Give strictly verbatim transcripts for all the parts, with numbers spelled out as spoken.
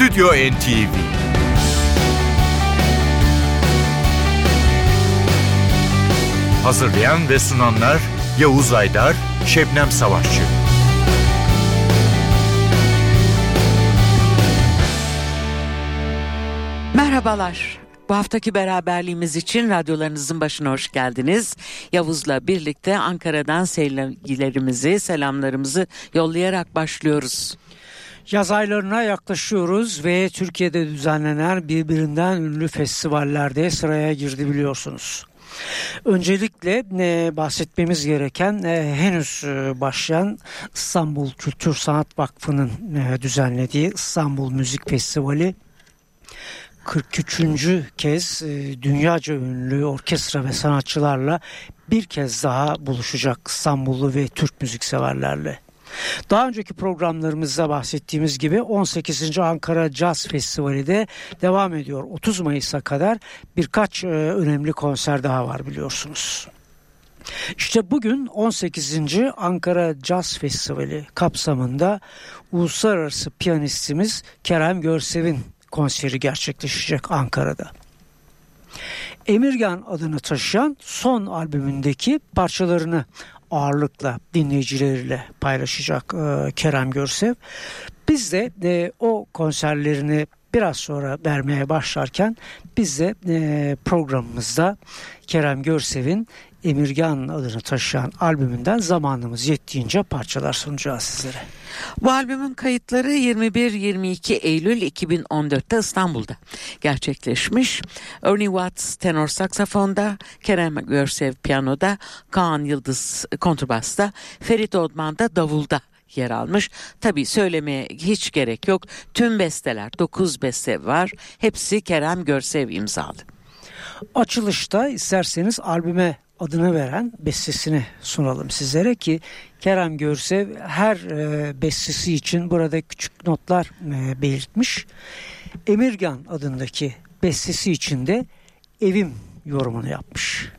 Stüdyo N T V. Hazırlayan ve sunanlar Yavuz Aydar, Şebnem Savaşçı. Merhabalar. Bu haftaki beraberliğimiz için radyolarınızın başına hoş geldiniz. Yavuz'la birlikte Ankara'dan sevgilerimizi, selamlarımızı yollayarak başlıyoruz. Yaz aylarına yaklaşıyoruz ve Türkiye'de düzenlenen birbirinden ünlü festivallerde sıraya girdi biliyorsunuz. Öncelikle e, bahsetmemiz gereken e, henüz e, başlayan İstanbul Kültür Sanat Vakfı'nın e, düzenlediği İstanbul Müzik Festivali kırk üçüncü kez e, dünyaca ünlü orkestra ve sanatçılarla bir kez daha buluşacak İstanbullu ve Türk müzikseverlerle. Daha önceki programlarımızda bahsettiğimiz gibi on sekizinci Ankara Caz Festivali de devam ediyor. otuz Mayıs'a kadar birkaç e, önemli konser daha var biliyorsunuz. İşte bugün on sekizinci Ankara Caz Festivali kapsamında uluslararası piyanistimiz Kerem Görsev'in konseri gerçekleşecek Ankara'da. Emirgan adını taşıyan son albümündeki parçalarını ağırlıkla dinleyicileriyle paylaşacak e, Kerem Görsev. Biz de e, o konserlerini biraz sonra vermeye başlarken biz de e, programımızda Kerem Görsev'in Emirgan adını taşıyan albümünden zamanımız yettiğince parçalar sunacağız sizlere. Bu albümün kayıtları yirmi bir yirmi iki Eylül iki bin on dörtte İstanbul'da gerçekleşmiş. Ernie Watts tenor saksafonda, Kerem Görsev piyanoda, Kaan Yıldız kontrbasta, Ferit Odman da davulda yer almış. Tabii söylemeye hiç gerek yok. Tüm besteler, dokuz beste var. Hepsi Kerem Görsev imzalı. Açılışta isterseniz albüme adını veren bestesini sunalım sizlere ki Kerem Görsev her e, bestesi için burada küçük notlar e, belirtmiş. Emirgan adındaki bestesi için de Evim yorumunu yapmış.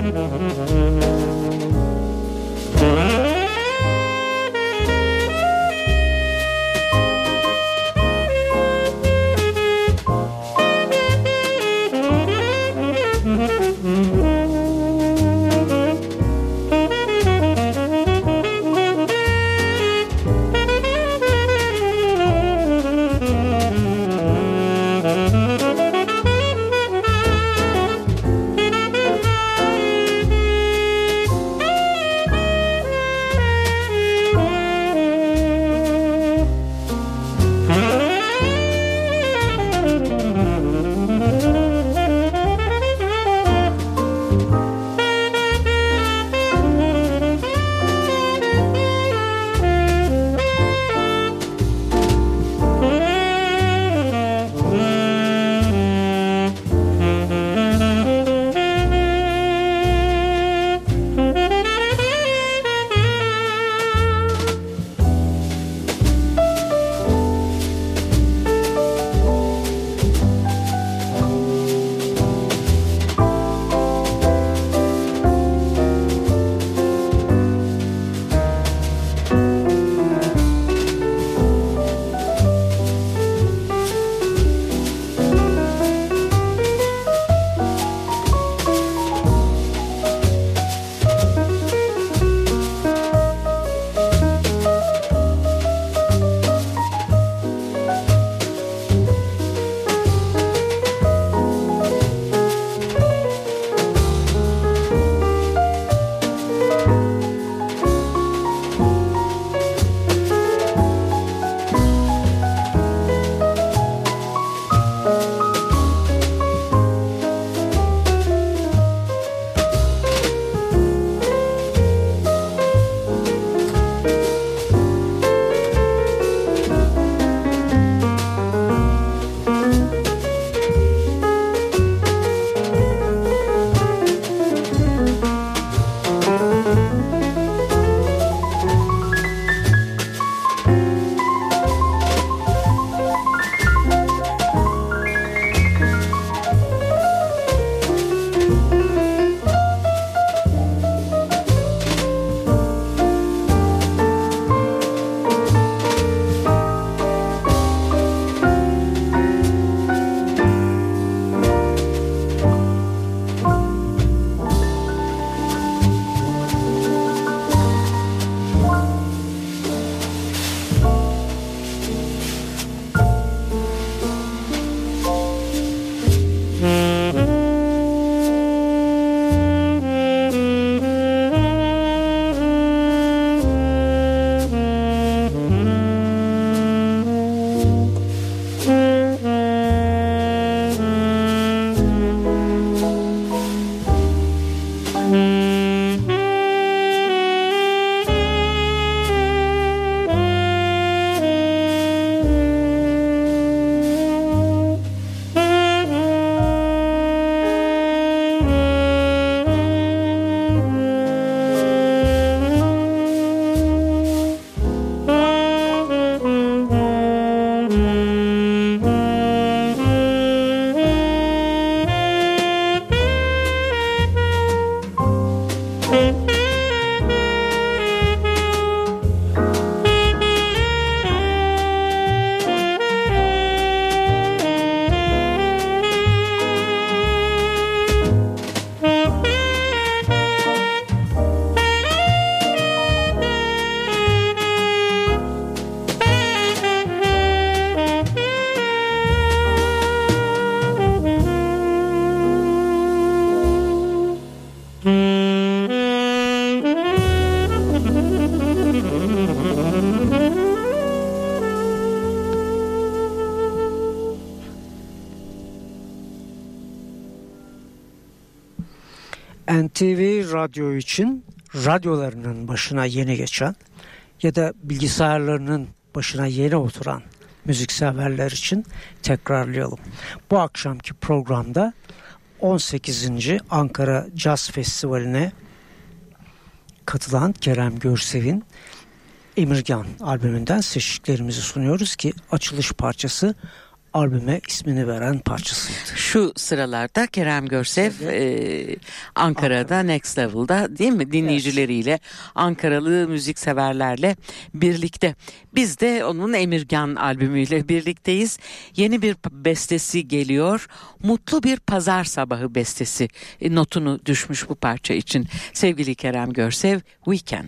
N T V radyo için radyolarının başına yeni geçen ya da bilgisayarlarının başına yeni oturan müzikseverler için tekrarlayalım. Bu akşamki programda on sekizinci Ankara Caz Festivali'ne katılan Kerem Görsev'in Emirgan albümünden seçtiklerimizi sunuyoruz ki açılış parçası albüme ismini veren parçasıydı. Şu sıralarda Kerem Görsev e, Ankara'da Ankara. Next Level'da değil mi? Dinleyicileriyle, evet. Ankaralı müzikseverlerle birlikte. Biz de onun Emirgan albümüyle birlikteyiz. Yeni bir bestesi geliyor. Mutlu bir pazar sabahı bestesi e, notunu düşmüş bu parça için. Sevgili Kerem Görsev, Weekend.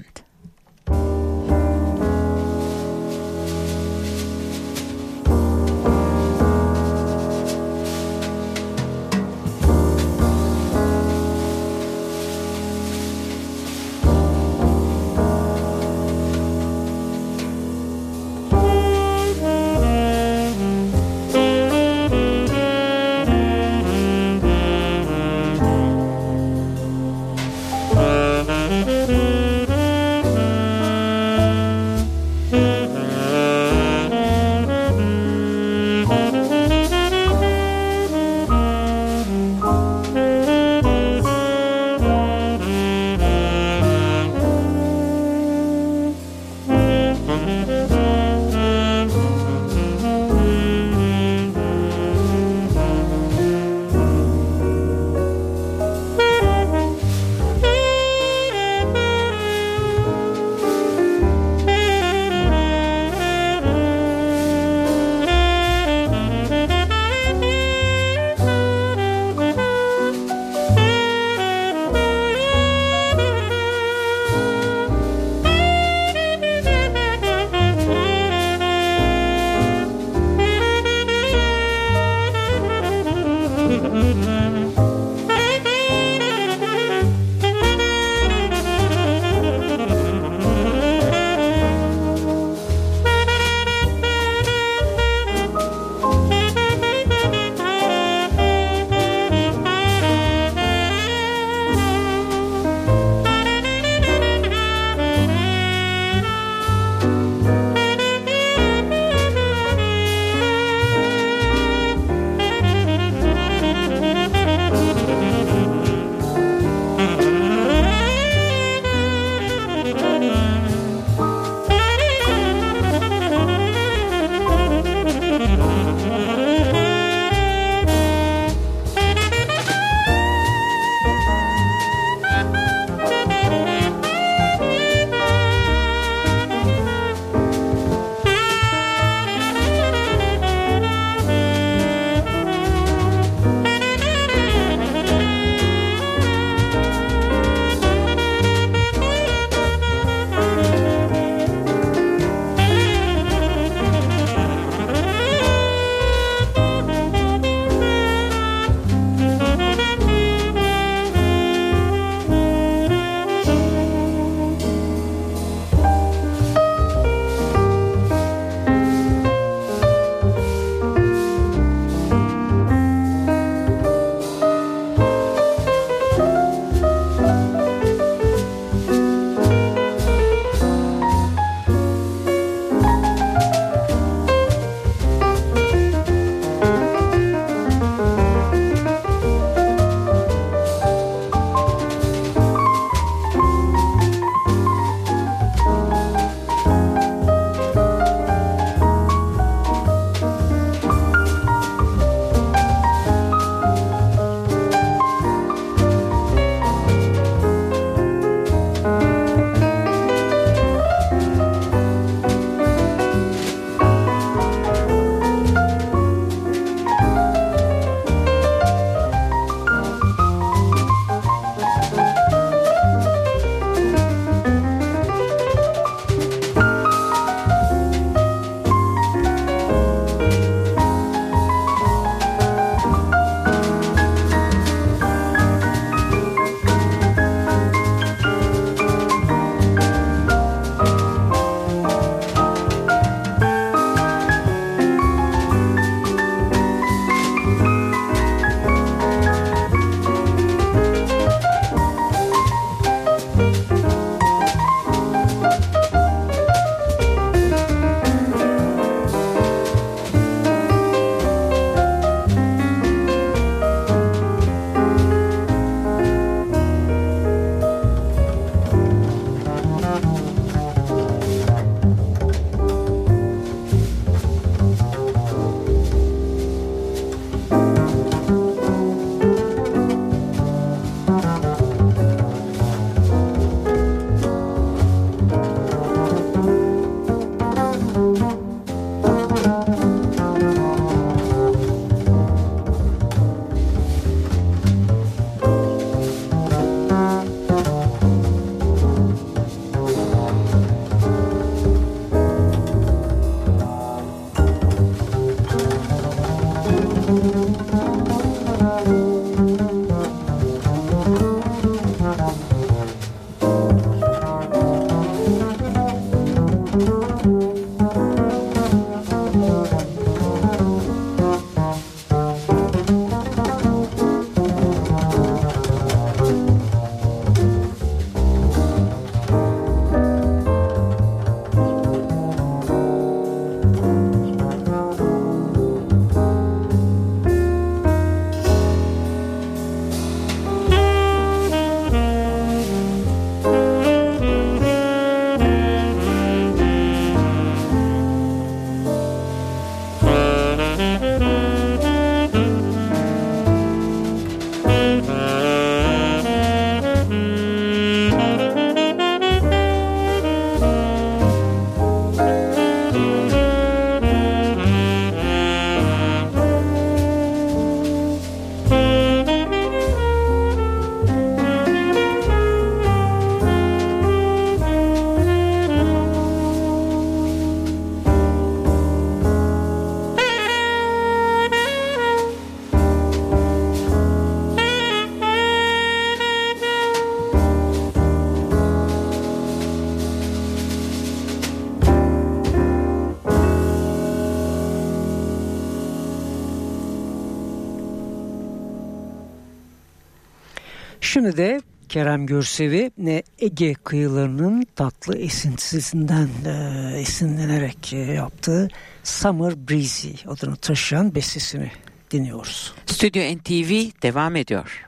Şimdi de Kerem Görsev'i ne Ege kıyılarının tatlı esintisinden e, esinlenerek e, yaptığı Summer Breezy adını taşıyan bestesini dinliyoruz. Stüdyo N T V devam ediyor.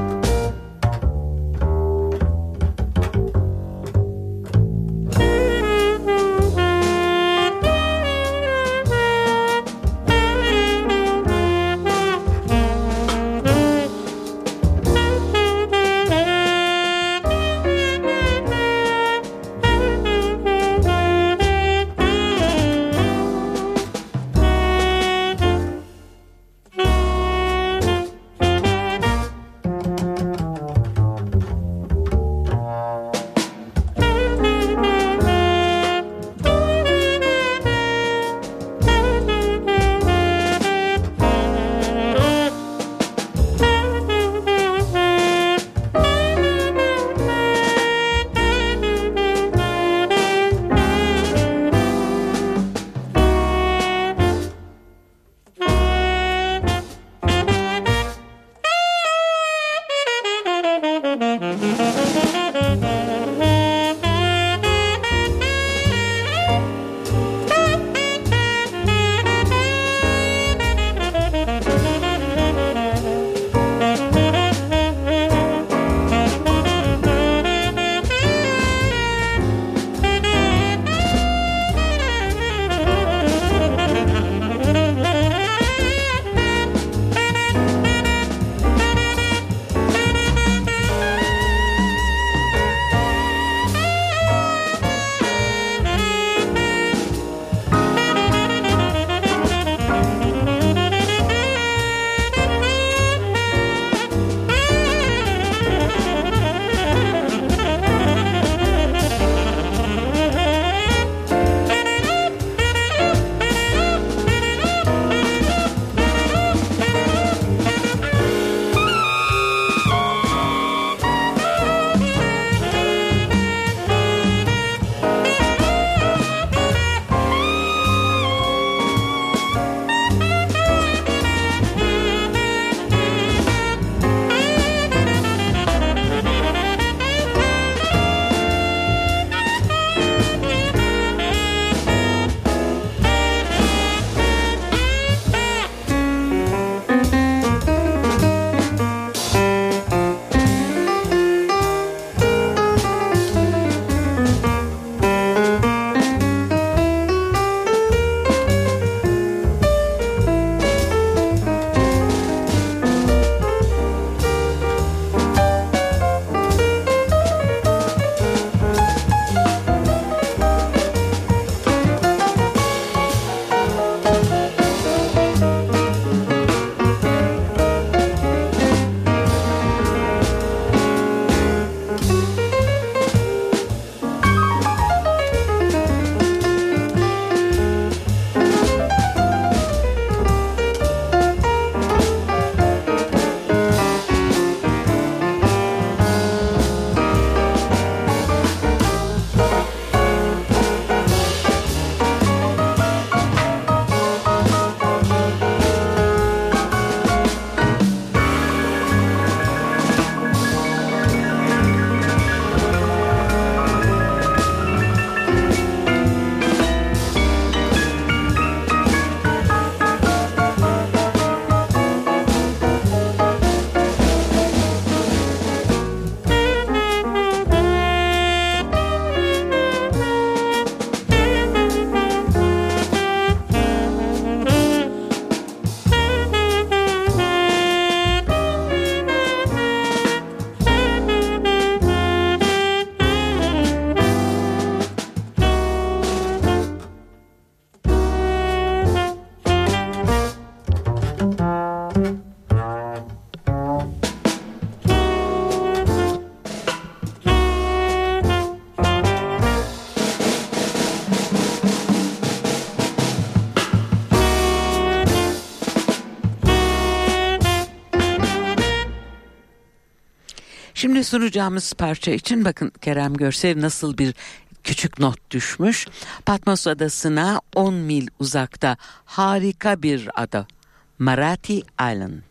Thank you. Şimdi sunacağımız parça için bakın Kerem Görsev nasıl bir küçük not düşmüş. Patmos adasına on mil uzakta harika bir ada. Marathi Island.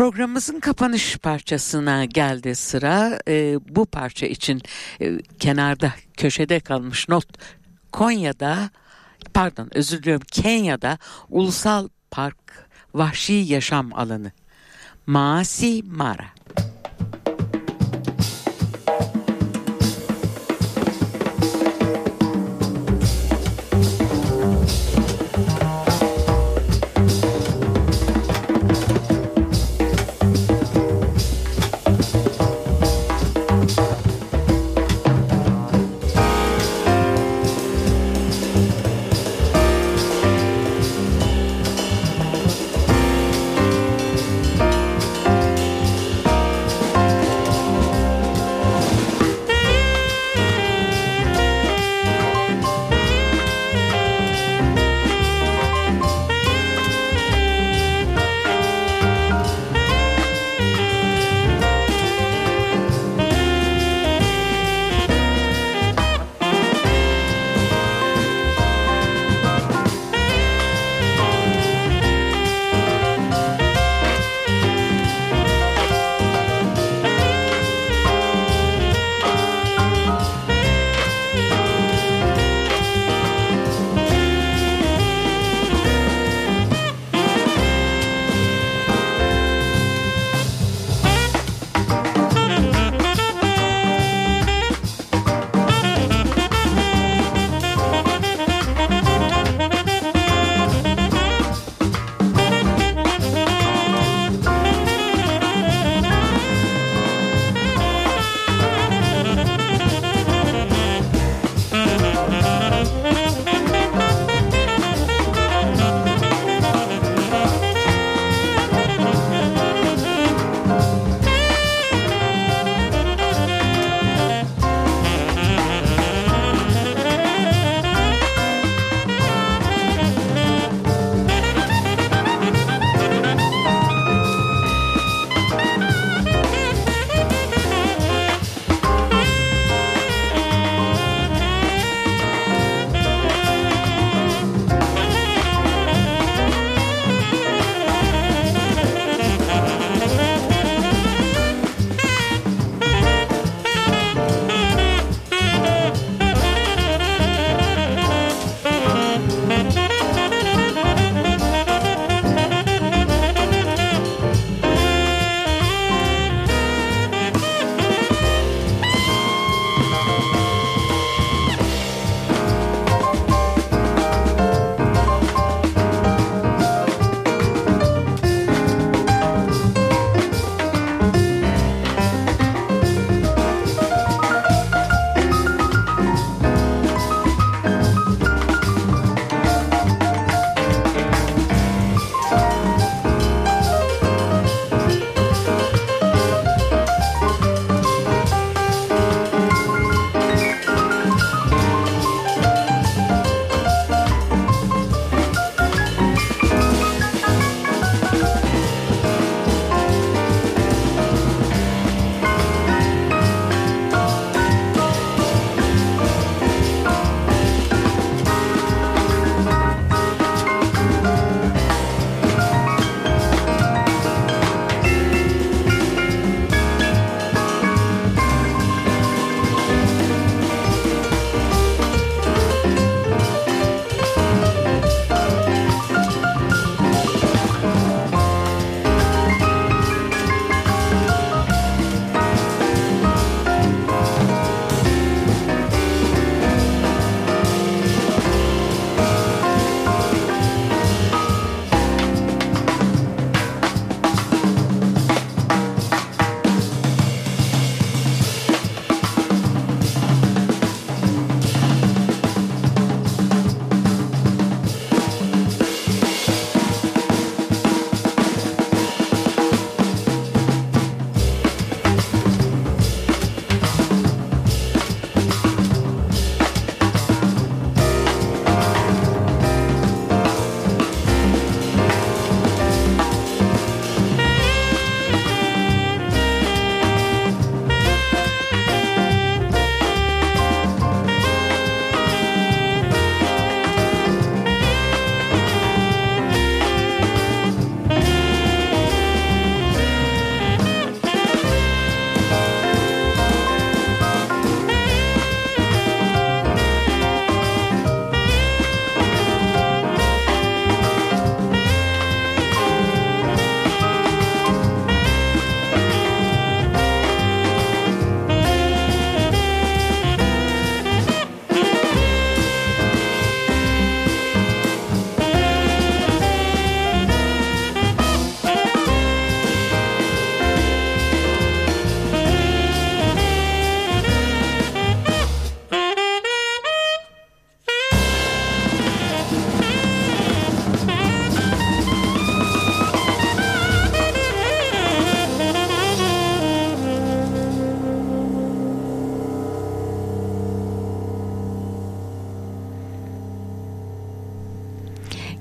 Programımızın kapanış parçasına geldi sıra. Ee, bu parça için e, kenarda, köşede kalmış not. Konya'da, pardon özür diliyorum, Kenya'da Ulusal Park Vahşi Yaşam Alanı Maasai Mara.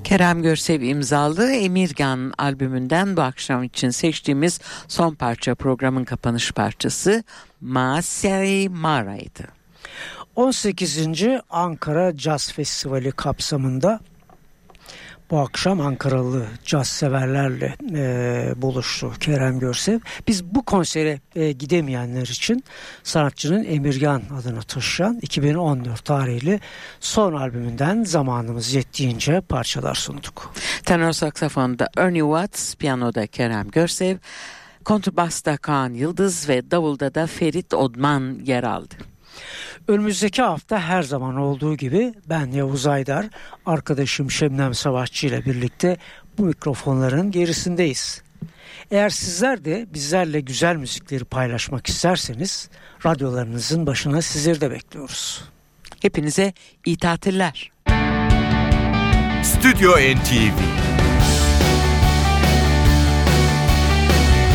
Kerem Görsev imzalı Emirgan albümünden bu akşam için seçtiğimiz son parça programın kapanış parçası Masai Mara'ydı. on sekizinci Ankara Caz Festivali kapsamında bu akşam Ankaralı caz severlerle e, buluştu Kerem Görsev. Biz bu konsere e, gidemeyenler için sanatçının Emirgan adını taşıyan iki bin on dört tarihli son albümünden zamanımız yettiğince parçalar sunduk. Tenor saksafonda Ernie Watts, piyanoda Kerem Görsev, kontrbasta Kaan Yıldız ve davulda da Ferit Odman yer aldı. Önümüzdeki hafta her zaman olduğu gibi ben Yavuz Aydar, arkadaşım Şebnem Savaşçı ile birlikte bu mikrofonların gerisindeyiz. Eğer sizler de bizlerle güzel müzikleri paylaşmak isterseniz radyolarınızın başına sizleri de bekliyoruz. Hepinize iyi tatiller. Stüdyo N T V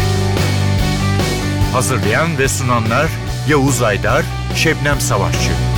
Hazırlayan ve sunanlar Yavuz Aydar, Şebnem Savaşçı.